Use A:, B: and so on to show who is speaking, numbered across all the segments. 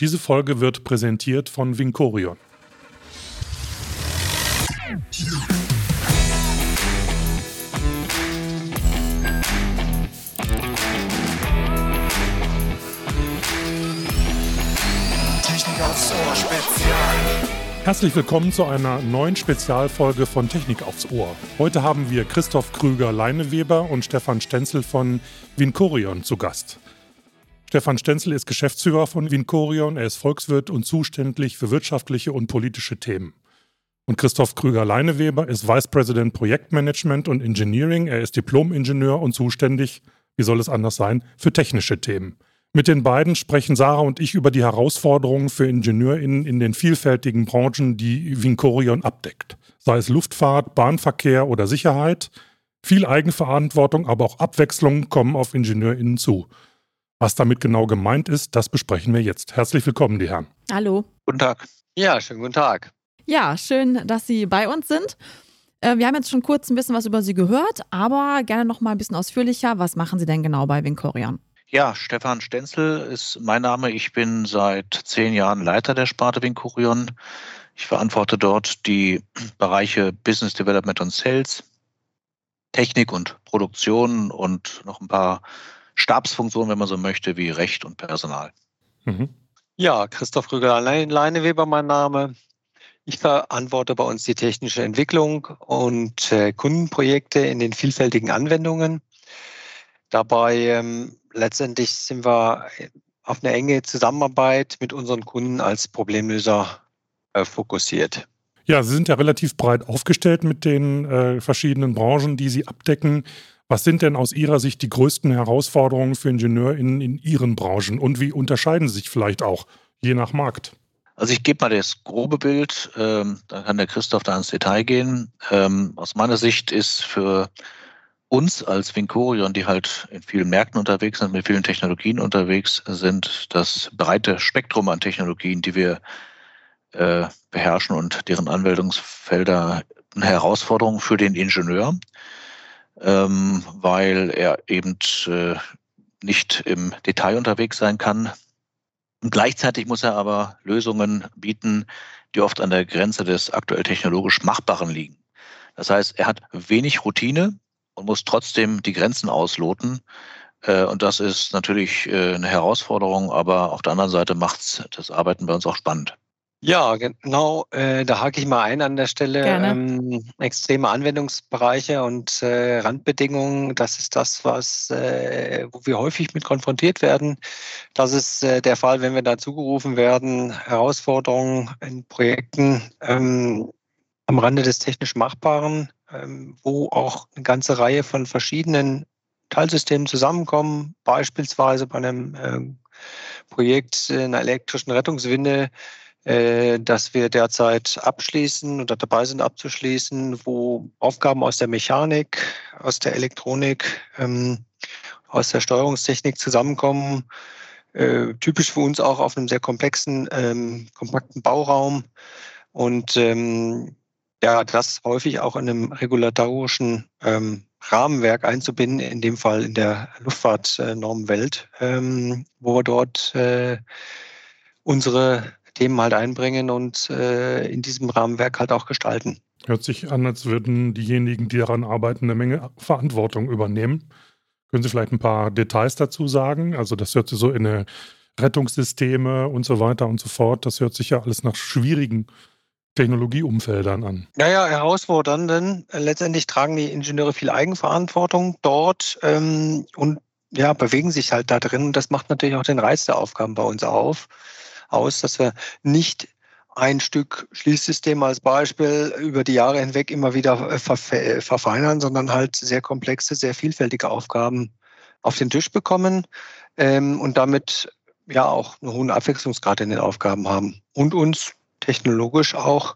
A: Diese Folge wird präsentiert von Vincorion.
B: Technik aufs Ohr Spezial.
A: Herzlich willkommen zu einer neuen Spezialfolge von Technik aufs Ohr. Heute haben wir Christoph Krüger-Leineweber und Stefan Stenzel von Vincorion zu Gast. Stefan Stenzel ist Geschäftsführer von Vincorion, er ist Volkswirt und zuständig für wirtschaftliche und politische Themen. Und Christoph Krüger-Leineweber ist Vice President Projektmanagement und Engineering, er ist Diplom-Ingenieur und zuständig, wie soll es anders sein, für technische Themen. Mit den beiden sprechen Sarah und ich über die Herausforderungen für IngenieurInnen in den vielfältigen Branchen, die Vincorion abdeckt. Sei es Luftfahrt, Bahnverkehr oder Sicherheit. Viel Eigenverantwortung, aber auch Abwechslung kommen auf IngenieurInnen zu. Was damit genau gemeint ist, das besprechen wir jetzt. Herzlich willkommen, die Herren.
C: Hallo.
D: Guten Tag. Ja, schönen guten Tag.
C: Ja, schön, dass Sie bei uns sind. Wir haben jetzt schon kurz ein bisschen was über Sie gehört, aber gerne noch mal ein bisschen ausführlicher. Was machen Sie denn genau bei Vincorion?
D: Ja, Stefan Stenzel ist mein Name. Ich bin seit 10 Jahren Leiter der Sparte Vincorion. Ich verantworte dort die Bereiche Business Development und Sales, Technik und Produktion und noch ein paar Stabsfunktionen, wenn man so möchte, wie Recht und Personal.
B: Ja, Christoph Krüger-Leineweber mein Name. Ich verantworte bei uns die technische Entwicklung und Kundenprojekte in den vielfältigen Anwendungen. Dabei letztendlich sind wir auf eine enge Zusammenarbeit mit unseren Kunden als Problemlöser fokussiert.
A: Ja, Sie sind ja relativ breit aufgestellt mit den verschiedenen Branchen, die Sie abdecken. Was sind denn aus Ihrer Sicht die größten Herausforderungen für IngenieurInnen in Ihren Branchen und wie unterscheiden sie sich vielleicht auch, je nach Markt?
D: Also ich gebe mal das grobe Bild, dann kann der Christoph da ins Detail gehen. Aus meiner Sicht ist für uns als Vincorion, die halt in vielen Märkten unterwegs sind, mit vielen Technologien unterwegs sind, das breite Spektrum an Technologien, die wir beherrschen und deren Anwendungsfelder eine Herausforderung für den Ingenieur, weil er eben nicht im Detail unterwegs sein kann. Und gleichzeitig muss er aber Lösungen bieten, die oft an der Grenze des aktuell technologisch Machbaren liegen. Das heißt, er hat wenig Routine und muss trotzdem die Grenzen ausloten. Und das ist natürlich eine Herausforderung, aber auf der anderen Seite macht das Arbeiten bei uns auch spannend.
B: Ja, genau. Da hake ich mal ein an der Stelle. Extreme Anwendungsbereiche und Randbedingungen, das ist das, wo wir häufig mit konfrontiert werden. Das ist der Fall, wenn wir da zugerufen werden, Herausforderungen in Projekten am Rande des technisch Machbaren, wo auch eine ganze Reihe von verschiedenen Teilsystemen zusammenkommen, beispielsweise bei einem Projekt einer elektrischen Rettungswinde, das wir derzeit abschließen oder dabei sind abzuschließen, wo Aufgaben aus der Mechanik, aus der Elektronik, aus der Steuerungstechnik zusammenkommen. Typisch für uns auch auf einem sehr komplexen, kompakten Bauraum. Und das häufig auch in einem regulatorischen Rahmenwerk einzubinden, in dem Fall in der Luftfahrtnormenwelt, wo wir dort unsere Themen halt einbringen und in diesem Rahmenwerk halt auch gestalten.
A: Hört sich an, als würden diejenigen, die daran arbeiten, eine Menge Verantwortung übernehmen. Können Sie vielleicht ein paar Details dazu sagen? Also das hört sich so in eine Rettungssysteme und so weiter und so fort. Das hört sich ja alles nach schwierigen Technologieumfeldern an.
B: Naja, herausfordernd, denn letztendlich tragen die Ingenieure viel Eigenverantwortung dort und bewegen sich halt da drin. Und das macht natürlich auch den Reiz der Aufgaben bei uns aus, dass wir nicht ein Stück Schließsystem als Beispiel über die Jahre hinweg immer wieder verfeinern, sondern halt sehr komplexe, sehr vielfältige Aufgaben auf den Tisch bekommen und damit ja auch einen hohen Abwechslungsgrad in den Aufgaben haben und uns technologisch auch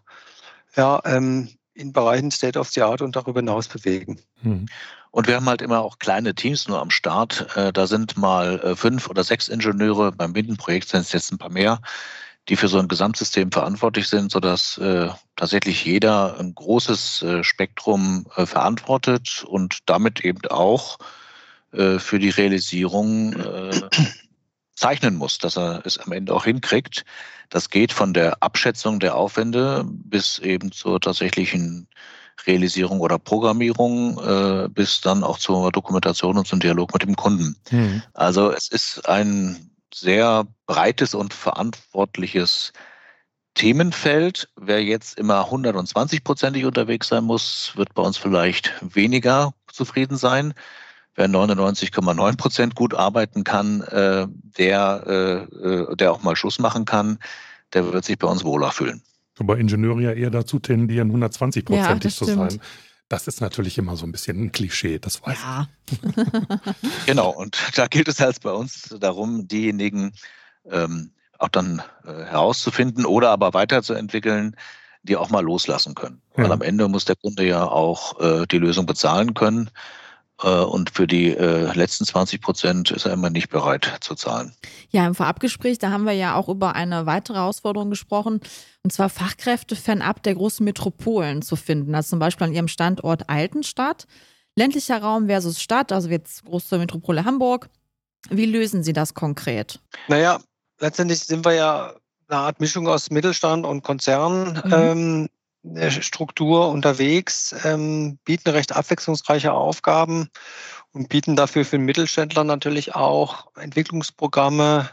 B: in Bereichen State of the Art und darüber hinaus bewegen.
D: Und wir haben halt immer auch kleine Teams nur am Start. Da sind mal 5 oder 6 Ingenieure. Beim Windenprojekt sind es jetzt ein paar mehr, die für so ein Gesamtsystem verantwortlich sind, sodass tatsächlich jeder ein großes Spektrum verantwortet und damit eben auch für die Realisierung zeichnen muss, dass er es am Ende auch hinkriegt. Das geht von der Abschätzung der Aufwände bis eben zur tatsächlichen Realisierung oder Programmierung bis dann auch zur Dokumentation und zum Dialog mit dem Kunden. Also es ist ein sehr breites und verantwortliches Themenfeld. Wer jetzt immer 120%ig unterwegs sein muss, wird bei uns vielleicht weniger zufrieden sein. Wer 99,9% gut arbeiten kann, der auch mal Schluss machen kann, der wird sich bei uns wohler fühlen.
A: Wobei Ingenieure ja eher dazu tendieren, 120%ig zu sein. Das ist natürlich immer so ein bisschen ein Klischee, das weiß ich.
D: Genau, und da gilt es halt bei uns darum, diejenigen auch dann herauszufinden oder aber weiterzuentwickeln, die auch mal loslassen können. Weil am Ende muss der Kunde ja auch die Lösung bezahlen können. Und für die letzten 20% ist er immer nicht bereit zu zahlen.
C: Ja, im Vorabgespräch, da haben wir ja auch über eine weitere Herausforderung gesprochen, und zwar Fachkräfte fernab der großen Metropolen zu finden. Also zum Beispiel an Ihrem Standort Altenstadt. Ländlicher Raum versus Stadt, also jetzt große Metropole Hamburg. Wie lösen Sie das konkret?
B: Naja, letztendlich sind wir ja eine Art Mischung aus Mittelstand und Konzern. Struktur unterwegs, bieten recht abwechslungsreiche Aufgaben und bieten dafür für den Mittelständler natürlich auch Entwicklungsprogramme,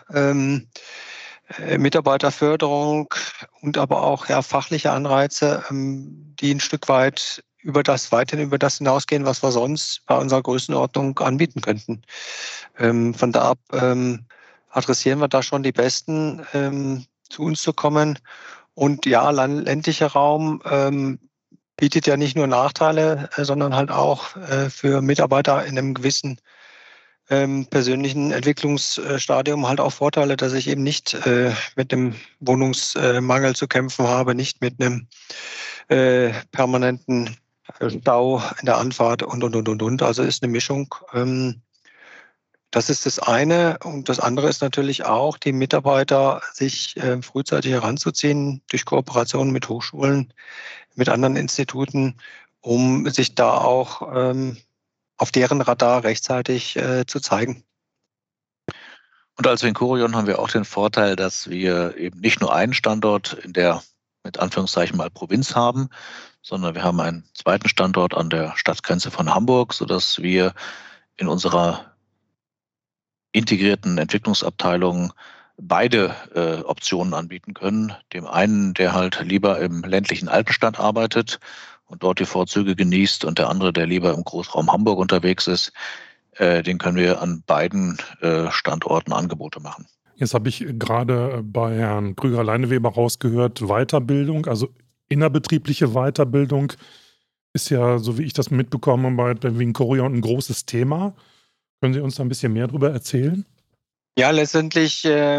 B: Mitarbeiterförderung und aber auch fachliche Anreize, die ein Stück weit weiterhin über das hinausgehen, was wir sonst bei unserer Größenordnung anbieten könnten. Von da ab adressieren wir da schon die Besten, zu uns zu kommen. Und ja, ländlicher Raum bietet ja nicht nur Nachteile, sondern halt auch für Mitarbeiter in einem gewissen persönlichen Entwicklungsstadium halt auch Vorteile, dass ich eben nicht mit einem Wohnungsmangel zu kämpfen habe, nicht mit einem permanenten Stau in der Anfahrt und. Also ist eine Mischung. Das ist das eine. Und das andere ist natürlich auch, die Mitarbeiter sich frühzeitig heranzuziehen durch Kooperation mit Hochschulen, mit anderen Instituten, um sich da auch auf deren Radar rechtzeitig zu zeigen.
D: Und als Vincorion haben wir auch den Vorteil, dass wir eben nicht nur einen Standort in der, mit Anführungszeichen mal, Provinz haben, sondern wir haben einen zweiten Standort an der Stadtgrenze von Hamburg, sodass wir in unserer integrierten Entwicklungsabteilungen beide Optionen anbieten können. Dem einen, der halt lieber im ländlichen Alpenstadt arbeitet und dort die Vorzüge genießt, und der andere, der lieber im Großraum Hamburg unterwegs ist, den können wir an beiden Standorten Angebote machen.
A: Jetzt habe ich gerade bei Herrn Krüger-Leineweber rausgehört, Weiterbildung, also innerbetriebliche Weiterbildung ist ja, so wie ich das mitbekomme, bei Vincorion ein großes Thema. Können Sie uns da ein bisschen mehr darüber erzählen?
B: Ja, letztendlich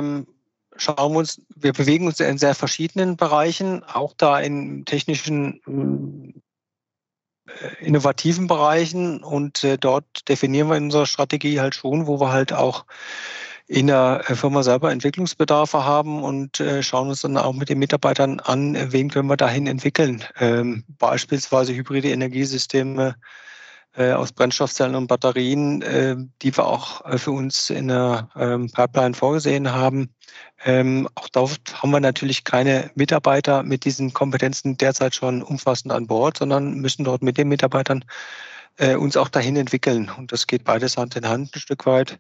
B: wir bewegen uns in sehr verschiedenen Bereichen, auch da in technischen, innovativen Bereichen, und dort definieren wir in unserer Strategie halt schon, wo wir halt auch in der Firma selber Entwicklungsbedarfe haben, und schauen uns dann auch mit den Mitarbeitern an, wen können wir dahin entwickeln. Beispielsweise hybride Energiesysteme aus Brennstoffzellen und Batterien, die wir auch für uns in der Pipeline vorgesehen haben. Auch dort haben wir natürlich keine Mitarbeiter mit diesen Kompetenzen derzeit schon umfassend an Bord, sondern müssen dort mit den Mitarbeitern uns auch dahin entwickeln. Und das geht beides Hand in Hand ein Stück weit.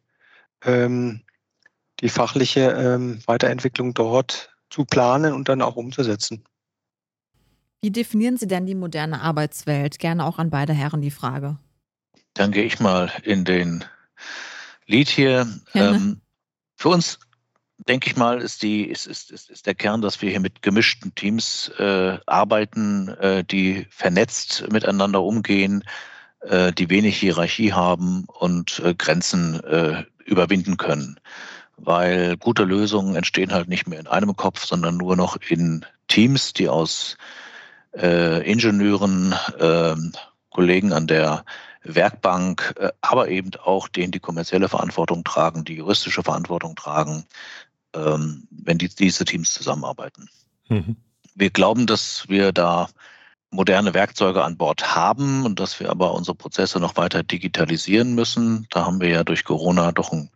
B: Die fachliche Weiterentwicklung dort zu planen und dann auch umzusetzen.
C: Wie definieren Sie denn die moderne Arbeitswelt? Gerne auch an beide Herren die Frage.
D: Dann gehe ich mal in den Lead hier. Für uns, denke ich mal, ist der Kern, dass wir hier mit gemischten Teams arbeiten, die vernetzt miteinander umgehen, die wenig Hierarchie haben und Grenzen überwinden können. Weil gute Lösungen entstehen halt nicht mehr in einem Kopf, sondern nur noch in Teams, die aus Ingenieuren, Kollegen an der Werkbank, aber eben auch denen, die kommerzielle Verantwortung tragen, die juristische Verantwortung tragen, wenn diese Teams zusammenarbeiten. Wir glauben, dass wir da moderne Werkzeuge an Bord haben und dass wir aber unsere Prozesse noch weiter digitalisieren müssen. Da haben wir ja durch Corona doch einen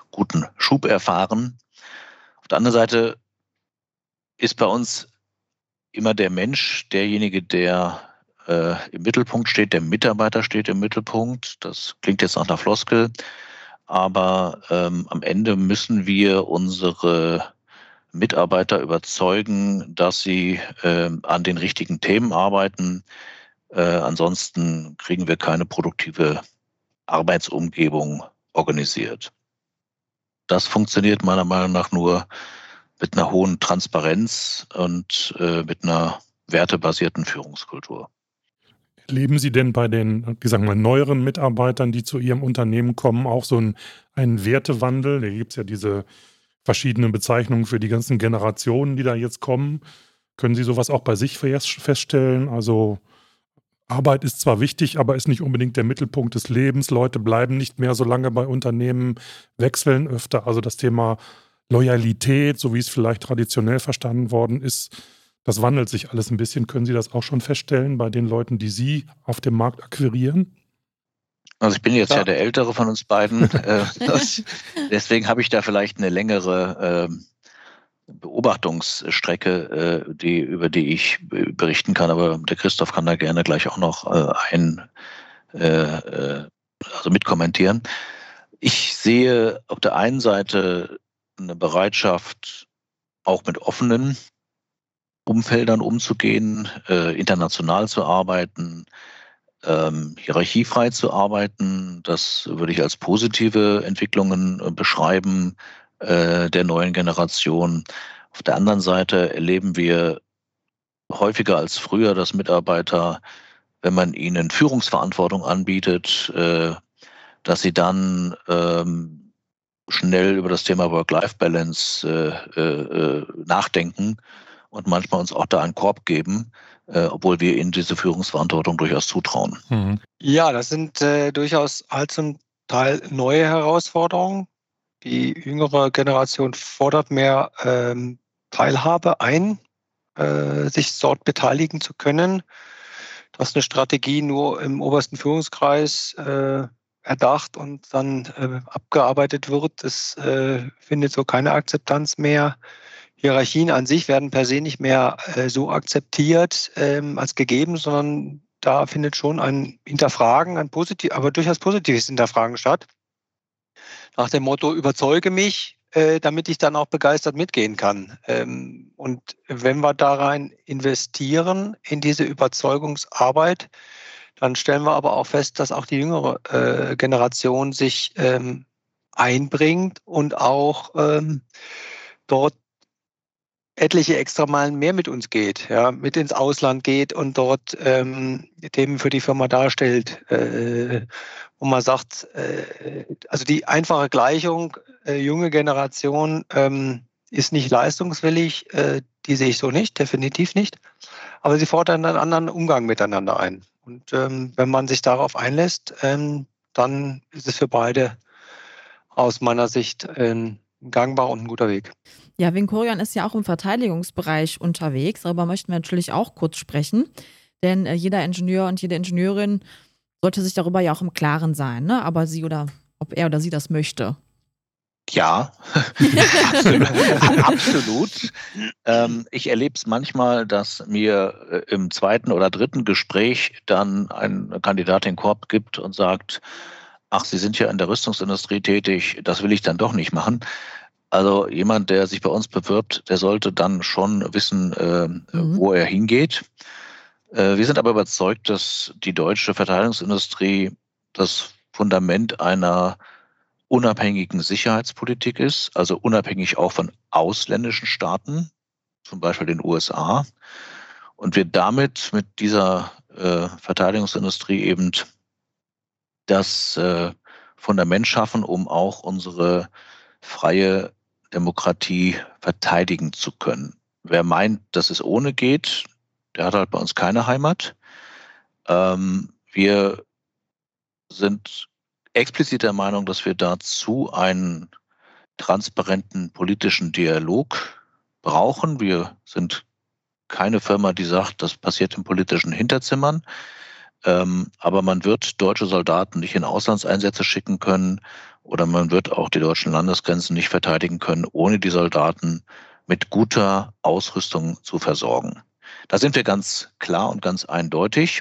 D: guten Schub erfahren. Auf der anderen Seite ist bei uns immer der Mensch derjenige, der im Mittelpunkt steht, der Mitarbeiter steht im Mittelpunkt. Das klingt jetzt nach einer Floskel, aber am Ende müssen wir unsere Mitarbeiter überzeugen, dass sie an den richtigen Themen arbeiten. Ansonsten kriegen wir keine produktive Arbeitsumgebung organisiert. Das funktioniert meiner Meinung nach nur mit einer hohen Transparenz und mit einer wertebasierten Führungskultur.
A: Erleben Sie denn bei den, wie sagen wir, neueren Mitarbeitern, die zu Ihrem Unternehmen kommen, auch so einen Wertewandel? Da gibt es ja diese verschiedenen Bezeichnungen für die ganzen Generationen, die da jetzt kommen. Können Sie sowas auch bei sich feststellen? Also Arbeit ist zwar wichtig, aber ist nicht unbedingt der Mittelpunkt des Lebens. Leute bleiben nicht mehr so lange bei Unternehmen, wechseln öfter. Also das Thema Loyalität, so wie es vielleicht traditionell verstanden worden ist, das wandelt sich alles ein bisschen. Können Sie das auch schon feststellen bei den Leuten, die Sie auf dem Markt akquirieren?
D: Also ich bin jetzt ja der Ältere von uns beiden. Deswegen habe ich da vielleicht eine längere Beobachtungsstrecke, über die ich berichten kann. Aber der Christoph kann da gerne gleich auch noch mitkommentieren. Ich sehe auf der einen Seite eine Bereitschaft, auch mit offenen Umfeldern umzugehen, international zu arbeiten, hierarchiefrei zu arbeiten. Das würde ich als positive Entwicklungen beschreiben der neuen Generation. Auf der anderen Seite erleben wir häufiger als früher, dass Mitarbeiter, wenn man ihnen Führungsverantwortung anbietet, dass sie dann schnell über das Thema Work-Life-Balance nachdenken und manchmal uns auch da einen Korb geben, obwohl wir ihnen diese Führungsverantwortung durchaus zutrauen.
B: Mhm. Ja, das sind durchaus halt zum Teil neue Herausforderungen. Die jüngere Generation fordert mehr Teilhabe ein, sich dort beteiligen zu können. Dass eine Strategie nur im obersten Führungskreis erdacht und dann abgearbeitet wird, das findet so keine Akzeptanz mehr. Hierarchien an sich werden per se nicht mehr so akzeptiert als gegeben, sondern da findet schon ein Hinterfragen, aber durchaus positives Hinterfragen statt. Nach dem Motto, überzeuge mich, damit ich dann auch begeistert mitgehen kann. Und wenn wir da rein investieren in diese Überzeugungsarbeit, dann stellen wir aber auch fest, dass auch die jüngere Generation sich einbringt und auch dort etliche Extrameilen mehr mit uns geht, ja, mit ins Ausland geht und dort Themen für die Firma darstellt, wo man sagt, also die einfache Gleichung, junge Generation ist nicht leistungswillig, die sehe ich so nicht, definitiv nicht, aber sie fordern einen anderen Umgang miteinander ein. Und wenn man sich darauf einlässt, dann ist es für beide aus meiner Sicht ein gangbarer und ein guter Weg.
C: Ja, Vincorion ist ja auch im Verteidigungsbereich unterwegs, darüber möchten wir natürlich auch kurz sprechen, denn jeder Ingenieur und jede Ingenieurin sollte sich darüber ja auch im Klaren sein, ne? Aber sie oder ob er oder sie das möchte.
D: Ja, absolut. Ich erlebe es manchmal, dass mir im zweiten oder dritten Gespräch dann ein Kandidat den Korb gibt und sagt, ach, Sie sind ja in der Rüstungsindustrie tätig, das will ich dann doch nicht machen. Also jemand, der sich bei uns bewirbt, der sollte dann schon wissen, wo er hingeht. Wir sind aber überzeugt, dass die deutsche Verteidigungsindustrie das Fundament einer unabhängigen Sicherheitspolitik ist, also unabhängig auch von ausländischen Staaten, zum Beispiel den USA. Und wir damit mit dieser Verteidigungsindustrie eben das Fundament schaffen, um auch unsere freie Demokratie verteidigen zu können. Wer meint, dass es ohne geht, der hat halt bei uns keine Heimat. Wir sind explizit der Meinung, dass wir dazu einen transparenten politischen Dialog brauchen. Wir sind keine Firma, die sagt, das passiert in politischen Hinterzimmern. Aber man wird deutsche Soldaten nicht in Auslandseinsätze schicken können oder man wird auch die deutschen Landesgrenzen nicht verteidigen können, ohne die Soldaten mit guter Ausrüstung zu versorgen. Da sind wir ganz klar und ganz eindeutig.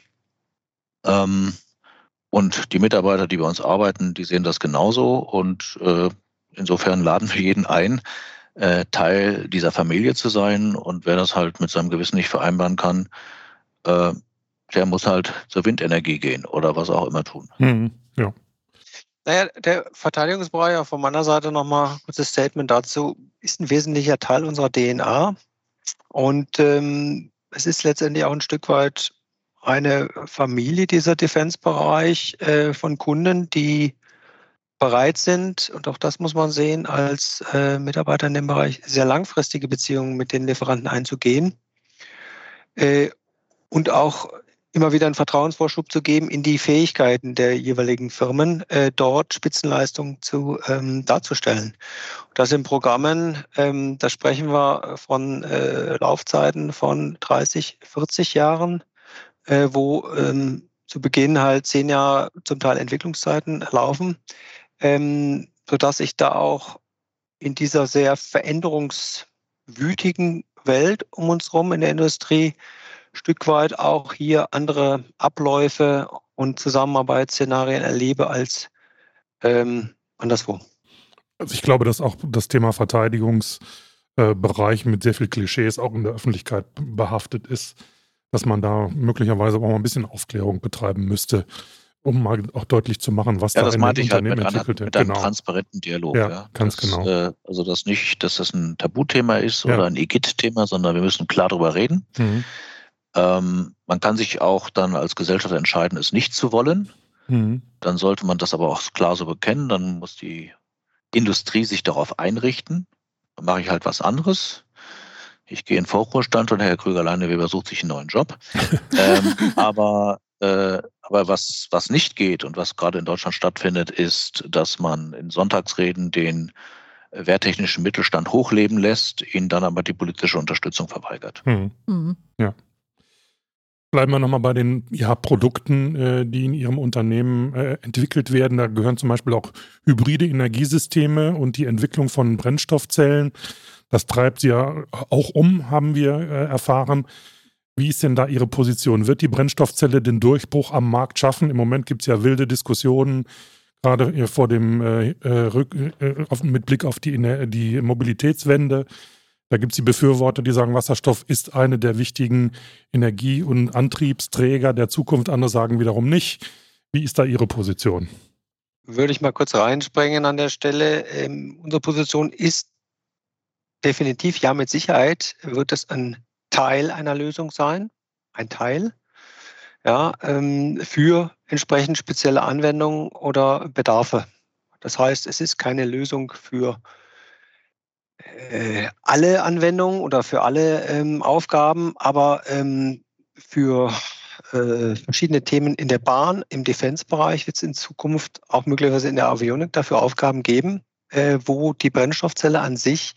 D: Und die Mitarbeiter, die bei uns arbeiten, die sehen das genauso. Und insofern laden wir jeden ein, Teil dieser Familie zu sein. Und wer das halt mit seinem Gewissen nicht vereinbaren kann, der muss halt zur Windenergie gehen oder was auch immer tun.
A: Ja.
B: Naja, der Verteidigungsbereich, auch von meiner Seite nochmal ein kurzes Statement dazu, ist ein wesentlicher Teil unserer DNA. Und es ist letztendlich auch ein Stück weit eine Familie, dieser Defense-Bereich von Kunden, die bereit sind, und auch das muss man sehen, als Mitarbeiter in dem Bereich sehr langfristige Beziehungen mit den Lieferanten einzugehen und auch immer wieder einen Vertrauensvorschub zu geben in die Fähigkeiten der jeweiligen Firmen, dort Spitzenleistungen darzustellen. Das in Programmen, da sprechen wir von Laufzeiten von 30, 40 Jahren, wo zu Beginn halt 10 Jahre zum Teil Entwicklungszeiten laufen, sodass ich da auch in dieser sehr veränderungswütigen Welt um uns herum in der Industrie Stück weit auch hier andere Abläufe und Zusammenarbeitsszenarien erlebe als anderswo.
A: Also ich glaube, dass auch das Thema Verteidigungsbereich mit sehr viel Klischees auch in der Öffentlichkeit behaftet ist, dass man da möglicherweise auch mal ein bisschen Aufklärung betreiben müsste, um mal auch deutlich zu machen, was da in den Unternehmen entwickelt wird.
D: Mit einem transparenten Dialog.
A: Ja, ganz genau.
D: Also dass das ein Tabuthema ist oder ein EGIT-Thema, sondern wir müssen klar darüber reden. Man kann sich auch dann als Gesellschaft entscheiden, es nicht zu wollen. Dann sollte man das aber auch klar so bekennen. Dann muss die Industrie sich darauf einrichten. Dann mache ich halt was anderes. Ich gehe in den Vorruhestand und Herr Krüger-Leineweber sucht sich einen neuen Job. Aber was nicht geht und was gerade in Deutschland stattfindet, ist, dass man in Sonntagsreden den wehrtechnischen Mittelstand hochleben lässt, ihnen dann aber die politische Unterstützung verweigert.
A: Ja. Bleiben wir nochmal bei den Produkten, die in Ihrem Unternehmen entwickelt werden. Da gehören zum Beispiel auch hybride Energiesysteme und die Entwicklung von Brennstoffzellen. Das treibt Sie ja auch haben wir erfahren. Wie ist denn da Ihre Position? Wird die Brennstoffzelle den Durchbruch am Markt schaffen? Im Moment gibt es ja wilde Diskussionen, gerade vor dem mit Blick auf die Mobilitätswende. Da gibt es die Befürworter, die sagen, Wasserstoff ist eine der wichtigen Energie- und Antriebsträger der Zukunft. Andere sagen wiederum nicht. Wie ist da Ihre Position?
B: Würde ich mal kurz reinspringen an der Stelle. Unsere Position ist definitiv, ja, mit Sicherheit wird es ein Teil einer Lösung sein. Ein Teil. Ja, für entsprechend spezielle Anwendungen oder Bedarfe. Das heißt, es ist keine Lösung für alle Anwendungen oder für alle Aufgaben, aber für verschiedene Themen in der Bahn, im Defense-Bereich wird es in Zukunft auch möglicherweise in der Avionik dafür Aufgaben geben, wo die Brennstoffzelle an sich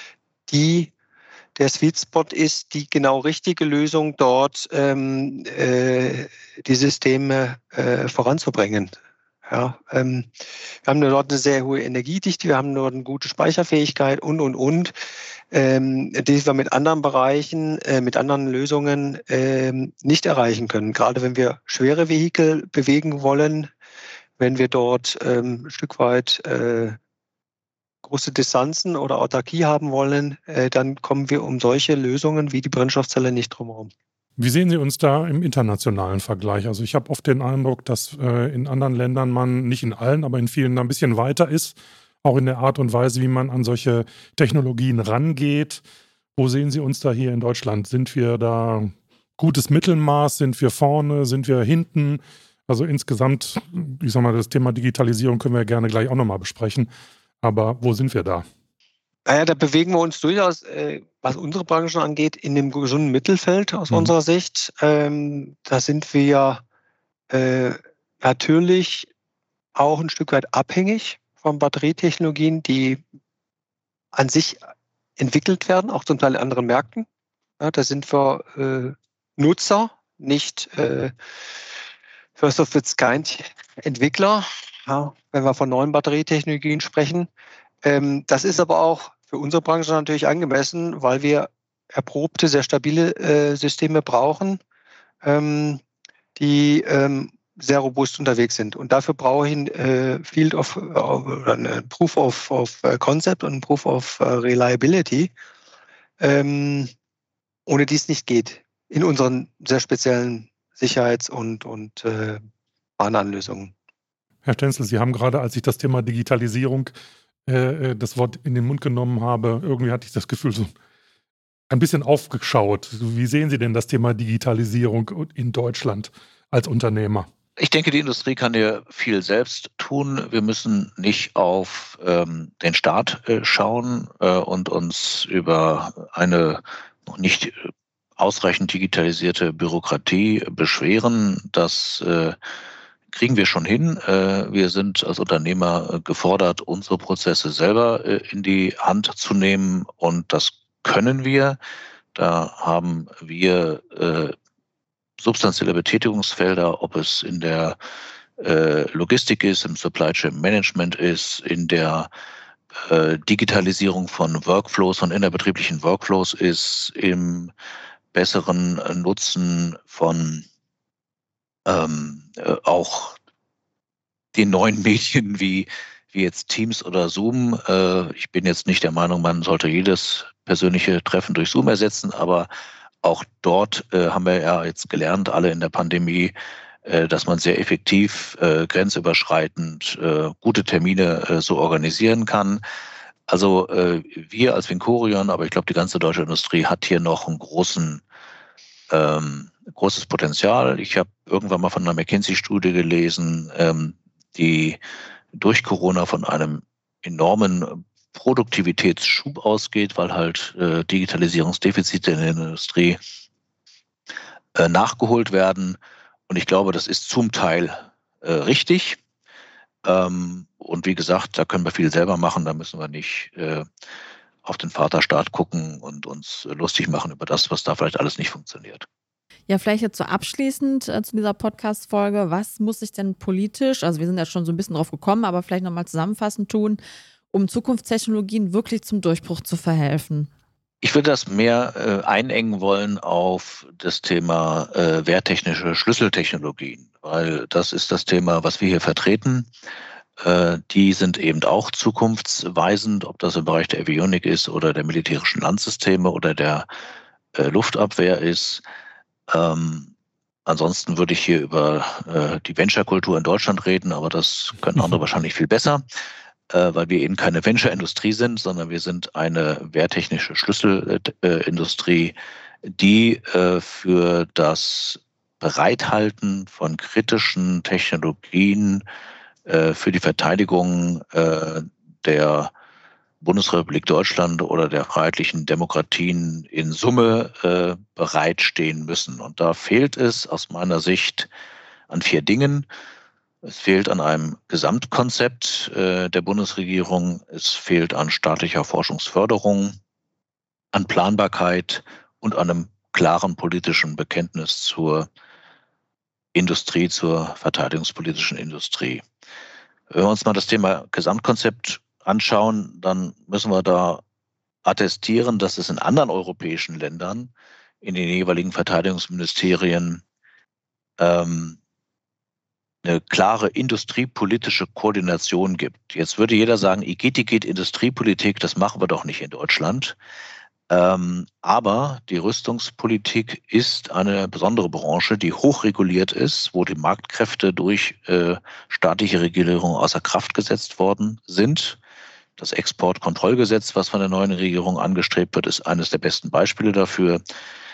B: der Sweet Spot ist, die genau richtige Lösung dort die Systeme voranzubringen. Ja, wir haben dort eine sehr hohe Energiedichte, wir haben dort eine gute Speicherfähigkeit und, die wir mit anderen Bereichen, mit anderen Lösungen nicht erreichen können. Gerade wenn wir schwere Vehikel bewegen wollen, wenn wir dort ein Stück weit große Distanzen oder Autarkie haben wollen, dann kommen wir um solche Lösungen wie die Brennstoffzelle nicht drum herum.
A: Wie sehen Sie uns da im internationalen Vergleich? Also ich habe oft den Eindruck, dass in anderen Ländern man, nicht in allen, aber in vielen ein bisschen weiter ist, auch in der Art und Weise, wie man an solche Technologien rangeht. Wo sehen Sie uns da hier in Deutschland? Sind wir da gutes Mittelmaß? Sind wir vorne? Sind wir hinten? Also insgesamt, ich sag mal, das Thema Digitalisierung können wir gerne gleich auch nochmal besprechen. Aber wo sind wir da?
B: Naja, da bewegen wir uns durchaus, was unsere Branche angeht, in dem gesunden Mittelfeld aus unserer Sicht. Da sind wir natürlich auch ein Stück weit abhängig von Batterietechnologien, die an sich entwickelt werden, auch zum Teil in anderen Märkten. Ja, da sind wir Nutzer, nicht First of its kind Entwickler. ja, wenn wir von neuen Batterietechnologien sprechen. Das ist aber auch für unsere Branche natürlich angemessen, weil wir erprobte, sehr stabile Systeme brauchen, die sehr robust unterwegs sind. Und dafür brauche ich ein Proof of Concept und ein Proof of Reliability, ohne die es nicht geht, in unseren sehr speziellen Sicherheits- und Warnanlösungen.
A: Herr Stenzel, Sie haben gerade, als ich das Thema Digitalisierung das Wort in den Mund genommen habe, irgendwie hatte ich das Gefühl, so ein bisschen aufgeschaut. Wie sehen Sie denn das Thema Digitalisierung in Deutschland als Unternehmer?
D: Ich denke, die Industrie kann ja viel selbst tun. Wir müssen nicht auf den Staat schauen und uns über eine noch nicht ausreichend digitalisierte Bürokratie beschweren. Das kriegen wir schon hin. Wir sind als Unternehmer gefordert, unsere Prozesse selber in die Hand zu nehmen, und das können wir. Da haben wir substanzielle Betätigungsfelder, ob es in der Logistik ist, im Supply Chain Management ist, in der Digitalisierung von Workflows, von innerbetrieblichen Workflows ist, im besseren Nutzen von auch den neuen Medien wie jetzt Teams oder Zoom. Ich bin jetzt nicht der Meinung, man sollte jedes persönliche Treffen durch Zoom ersetzen, aber auch dort haben wir ja jetzt gelernt, alle in der Pandemie, dass man sehr effektiv, grenzüberschreitend gute Termine so organisieren kann. Also wir als Vincorion, aber ich glaube, die ganze deutsche Industrie hat hier noch ein großes Potenzial. Ich habe irgendwann mal von einer McKinsey-Studie gelesen, die durch Corona von einem enormen Produktivitätsschub ausgeht, weil halt Digitalisierungsdefizite in der Industrie nachgeholt werden. Und ich glaube, das ist zum Teil richtig. Und wie gesagt, da können wir viel selber machen. Da müssen wir nicht auf den Vaterstaat gucken und uns lustig machen über das, was da vielleicht alles nicht funktioniert.
C: Ja, vielleicht jetzt so abschließend zu dieser Podcast-Folge. Was muss sich denn politisch, also wir sind ja schon so ein bisschen drauf gekommen, aber vielleicht nochmal zusammenfassend tun, um Zukunftstechnologien wirklich zum Durchbruch zu verhelfen?
D: Ich würde das mehr einengen wollen auf das Thema wehrtechnische Schlüsseltechnologien, weil das ist das Thema, was wir hier vertreten. Die sind eben auch zukunftsweisend, ob das im Bereich der Avionik ist oder der militärischen Landsysteme oder der Luftabwehr ist. Ansonsten würde ich hier über die Venture-Kultur in Deutschland reden, aber das können andere wahrscheinlich viel besser, weil wir eben keine Venture-Industrie sind, sondern wir sind eine wehrtechnische Schlüsselindustrie, die für das Bereithalten von kritischen Technologien für die Verteidigung der Bundesrepublik Deutschland oder der freiheitlichen Demokratien in Summe bereitstehen müssen. Und da fehlt es aus meiner Sicht an 4 Dingen. Es fehlt an einem Gesamtkonzept der Bundesregierung. Es fehlt an staatlicher Forschungsförderung, an Planbarkeit und an einem klaren politischen Bekenntnis zur Industrie, zur verteidigungspolitischen Industrie. Wenn wir uns mal das Thema Gesamtkonzept anschauen, dann müssen wir da attestieren, dass es in anderen europäischen Ländern, in den jeweiligen Verteidigungsministerien, eine klare industriepolitische Koordination gibt. Jetzt würde jeder sagen, Igitt, Industriepolitik, das machen wir doch nicht in Deutschland. Aber die Rüstungspolitik ist eine besondere Branche, die hochreguliert ist, wo die Marktkräfte durch staatliche Regulierung außer Kraft gesetzt worden sind. Das Exportkontrollgesetz, was von der neuen Regierung angestrebt wird, ist eines der besten Beispiele dafür.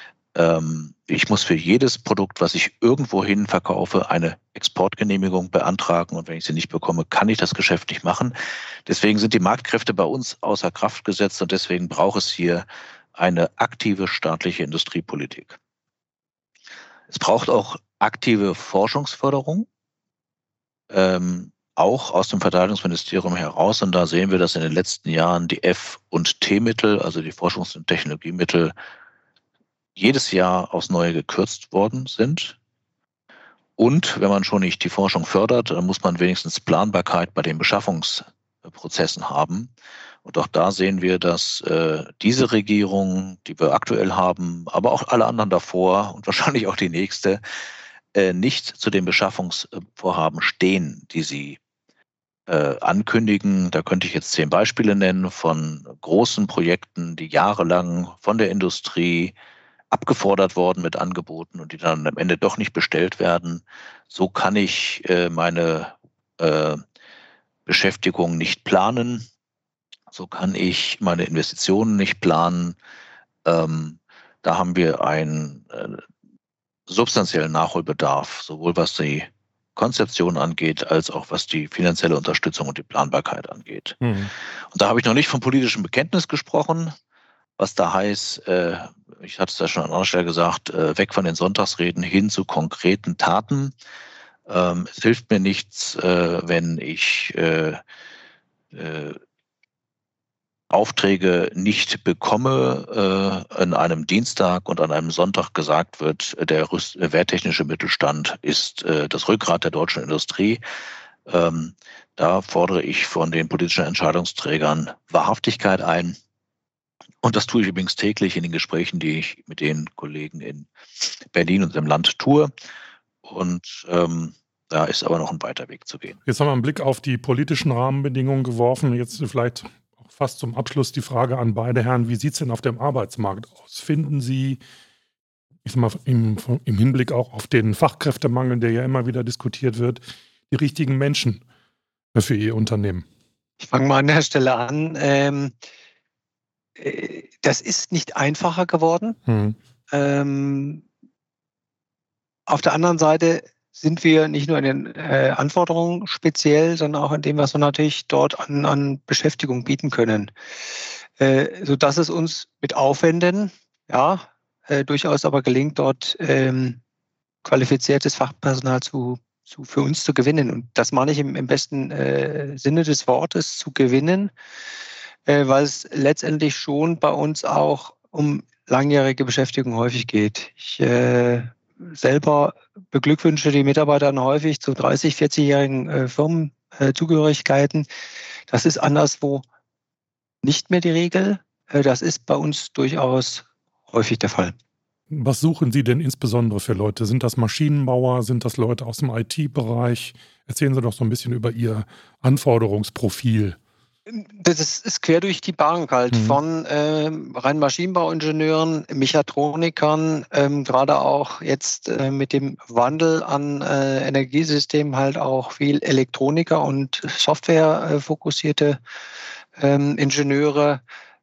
D: Ich muss für jedes Produkt, was ich irgendwohin verkaufe, eine Exportgenehmigung beantragen. Und wenn ich sie nicht bekomme, kann ich das Geschäft nicht machen. Deswegen sind die Marktkräfte bei uns außer Kraft gesetzt und deswegen braucht es hier eine aktive staatliche Industriepolitik. Es braucht auch aktive Forschungsförderung, auch aus dem Verteidigungsministerium heraus. Und da sehen wir, dass in den letzten Jahren die F- und T-Mittel, also die Forschungs- und Technologiemittel, jedes Jahr aufs Neue gekürzt worden sind. Und wenn man schon nicht die Forschung fördert, dann muss man wenigstens Planbarkeit bei den Beschaffungsprozessen haben. Und auch da sehen wir, dass diese Regierung, die wir aktuell haben, aber auch alle anderen davor und wahrscheinlich auch die nächste, nicht zu den Beschaffungsvorhaben stehen, die sie ankündigen. Da könnte ich jetzt 10 Beispiele nennen von großen Projekten, die jahrelang von der Industrie abgefordert worden mit Angeboten und die dann am Ende doch nicht bestellt werden. So kann ich meine Beschäftigung nicht planen. So kann ich meine Investitionen nicht planen. Da haben wir einen substanziellen Nachholbedarf, sowohl was die Konzeption angeht, als auch was die finanzielle Unterstützung und die Planbarkeit angeht. Und da habe ich noch nicht vom politischen Bekenntnis gesprochen, was da heißt, ich hatte es ja schon an anderer Stelle gesagt, weg von den Sonntagsreden hin zu konkreten Taten. Es hilft mir nichts, wenn ich Aufträge nicht bekomme, an einem Dienstag und an einem Sonntag gesagt wird, der wehrtechnische Mittelstand ist das Rückgrat der deutschen Industrie. Da fordere ich von den politischen Entscheidungsträgern Wahrhaftigkeit ein. Und das tue ich übrigens täglich in den Gesprächen, die ich mit den Kollegen in Berlin und im Land tue. Und da ist aber noch ein weiter Weg zu gehen.
A: Jetzt haben wir einen Blick auf die politischen Rahmenbedingungen geworfen. Jetzt vielleicht fast zum Abschluss die Frage an beide Herren, wie sieht es denn auf dem Arbeitsmarkt aus? Finden Sie, ich sag mal, im Hinblick auch auf den Fachkräftemangel, der ja immer wieder diskutiert wird, die richtigen Menschen für Ihr Unternehmen?
B: Ich fange mal an der Stelle an. Das ist nicht einfacher geworden. Auf der anderen Seite sind wir nicht nur in den Anforderungen speziell, sondern auch in dem, was wir natürlich dort an Beschäftigung bieten können. Sodass es uns mit Aufwänden, durchaus aber gelingt, dort qualifiziertes Fachpersonal für uns zu gewinnen. Und das meine ich im besten Sinne des Wortes, zu gewinnen, weil es letztendlich schon bei uns auch um langjährige Beschäftigung häufig geht. Ich selber beglückwünsche die Mitarbeiter häufig zu 30-, 40-jährigen Firmenzugehörigkeiten. Das ist anderswo nicht mehr die Regel. Das ist bei uns durchaus häufig der Fall.
A: Was suchen Sie denn insbesondere für Leute? Sind das Maschinenbauer? Sind das Leute aus dem IT-Bereich? Erzählen Sie doch so ein bisschen über Ihr Anforderungsprofil.
B: Das ist quer durch die Bank halt, von rein Maschinenbauingenieuren, Mechatronikern, gerade auch jetzt mit dem Wandel an Energiesystemen halt auch viel Elektroniker und Software fokussierte Ingenieure,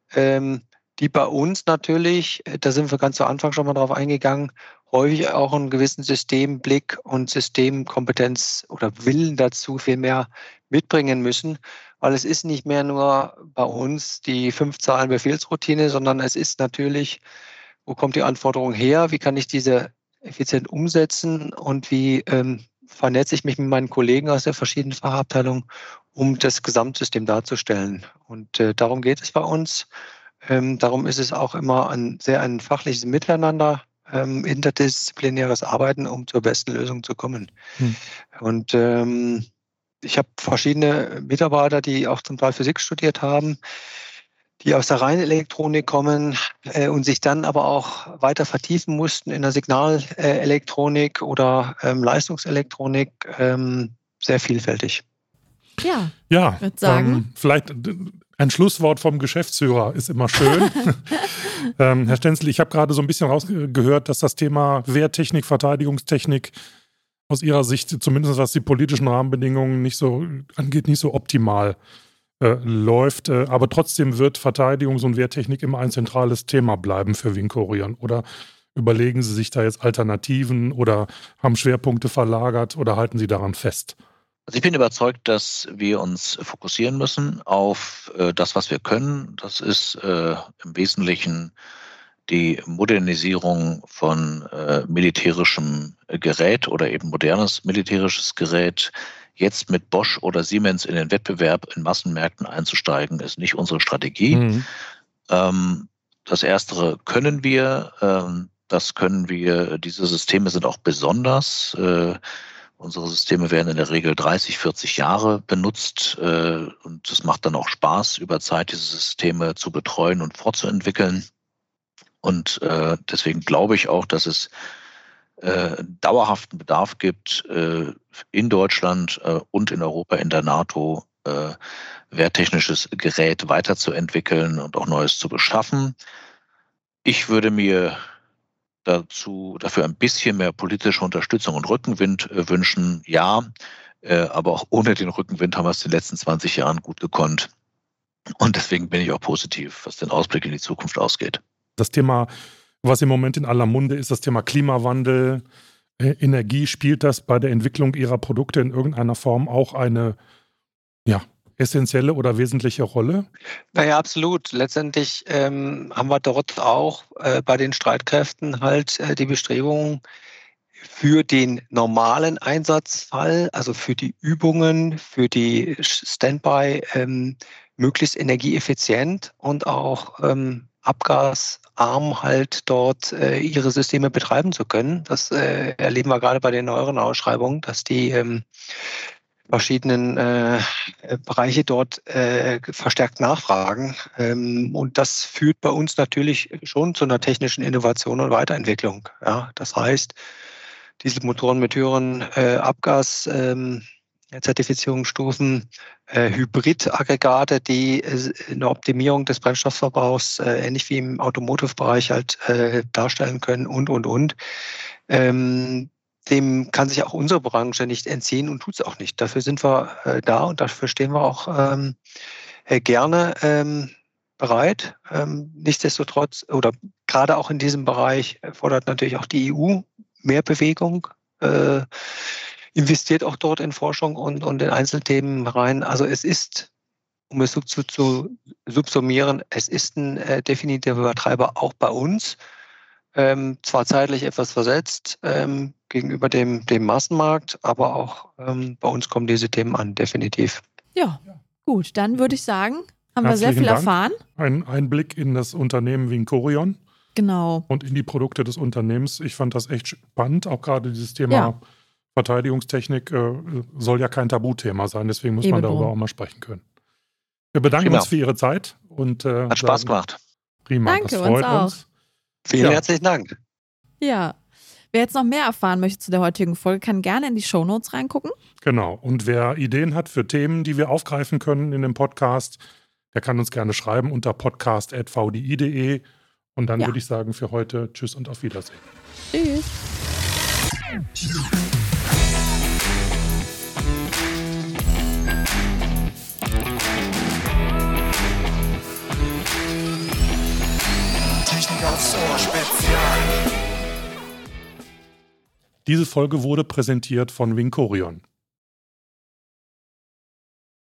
B: die bei uns natürlich, da sind wir ganz zu Anfang schon mal drauf eingegangen, häufig auch einen gewissen Systemblick und Systemkompetenz oder Willen dazu viel mehr mitbringen müssen, weil es ist nicht mehr nur bei uns die 5-Zahlen-Befehlsroutine, sondern es ist natürlich, wo kommt die Anforderung her, wie kann ich diese effizient umsetzen und wie vernetze ich mich mit meinen Kollegen aus der verschiedenen Fachabteilungen, um das Gesamtsystem darzustellen. Und darum geht es bei uns. Darum ist es auch immer ein fachliches Miteinander, interdisziplinäres Arbeiten, um zur besten Lösung zu kommen. Und ich habe verschiedene Mitarbeiter, die auch zum Teil Physik studiert haben, die aus der reinen Elektronik kommen und sich dann aber auch weiter vertiefen mussten in der Signalelektronik oder Leistungselektronik, sehr vielfältig.
C: Ja, ich würde sagen.
A: Vielleicht ein Schlusswort vom Geschäftsführer ist immer schön. Herr Stenzel, ich habe gerade so ein bisschen rausgehört, dass das Thema Wehrtechnik, Verteidigungstechnik aus Ihrer Sicht, zumindest was die politischen Rahmenbedingungen nicht so angeht, nicht so optimal läuft. Aber trotzdem wird Verteidigungs- und Wehrtechnik immer ein zentrales Thema bleiben für Vincorion. Oder überlegen Sie sich da jetzt Alternativen oder haben Schwerpunkte verlagert oder halten Sie daran fest?
D: Also ich bin überzeugt, dass wir uns fokussieren müssen auf das, was wir können. Das ist im Wesentlichen die Modernisierung von militärischem Gerät oder eben modernes militärisches Gerät. Jetzt mit Bosch oder Siemens in den Wettbewerb in Massenmärkten einzusteigen, ist nicht unsere Strategie. Das Erstere können wir. Diese Systeme sind auch besonders. Unsere Systeme werden in der Regel 30, 40 Jahre benutzt und es macht dann auch Spaß, über Zeit diese Systeme zu betreuen und fortzuentwickeln. Und deswegen glaube ich auch, dass es dauerhaften Bedarf gibt, in Deutschland und in Europa, in der NATO, wehrtechnisches Gerät weiterzuentwickeln und auch Neues zu beschaffen. Ich würde mir dafür ein bisschen mehr politische Unterstützung und Rückenwind wünschen, ja, aber auch ohne den Rückenwind haben wir es in den letzten 20 Jahren gut gekonnt. Und deswegen bin ich auch positiv, was den Ausblick in die Zukunft ausgeht.
A: Das Thema, was im Moment in aller Munde ist, das Thema Klimawandel, Energie, spielt das bei der Entwicklung Ihrer Produkte in irgendeiner Form auch eine essentielle oder wesentliche Rolle?
B: Naja, absolut. Letztendlich haben wir dort auch bei den Streitkräften halt die Bestrebungen für den normalen Einsatzfall, also für die Übungen, für die Standby, möglichst energieeffizient und auch abgasarm halt dort ihre Systeme betreiben zu können. Das erleben wir gerade bei den neueren Ausschreibungen, dass die verschiedenen Bereiche dort verstärkt nachfragen. Und das führt bei uns natürlich schon zu einer technischen Innovation und Weiterentwicklung. Ja, das heißt, Dieselmotoren mit höheren Abgas-Zertifizierungsstufen, Hybridaggregate, die eine Optimierung des Brennstoffverbrauchs ähnlich wie im Automotive-Bereich halt darstellen können und. Dem kann sich auch unsere Branche nicht entziehen und tut es auch nicht. Dafür sind wir da und dafür stehen wir auch gerne bereit. Nichtsdestotrotz oder gerade auch in diesem Bereich fordert natürlich auch die EU mehr Bewegung, investiert auch dort in Forschung und in Einzelthemen rein. Also es ist, um es zu subsumieren, es ist ein definitiver Treiber auch bei uns. Zwar zeitlich etwas versetzt gegenüber dem Massenmarkt, aber auch bei uns kommen diese Themen an, definitiv.
C: Ja, gut, dann würde ich sagen, haben wir sehr viel erfahren.
A: Ein Einblick in das Unternehmen Vincorion.
C: Genau.
A: Und in die Produkte des Unternehmens. Ich fand das echt spannend, auch gerade dieses Thema Verteidigungstechnik soll ja kein Tabuthema sein, deswegen muss man darüber auch mal sprechen können. Wir bedanken uns für Ihre Zeit und
D: hat Spaß gemacht.
A: Prima,
C: danke,
A: das freut uns.
B: Vielen herzlichen Dank.
C: Ja. Wer jetzt noch mehr erfahren möchte zu der heutigen Folge, kann gerne in die Shownotes reingucken.
A: Genau. Und wer Ideen hat für Themen, die wir aufgreifen können in dem Podcast, der kann uns gerne schreiben unter podcast@vdi.de. Und dann würde ich sagen, für heute tschüss und auf Wiedersehen.
C: Tschüss.
E: Technik aufs Ohr Spezial.
A: Diese Folge wurde präsentiert von Vincorion.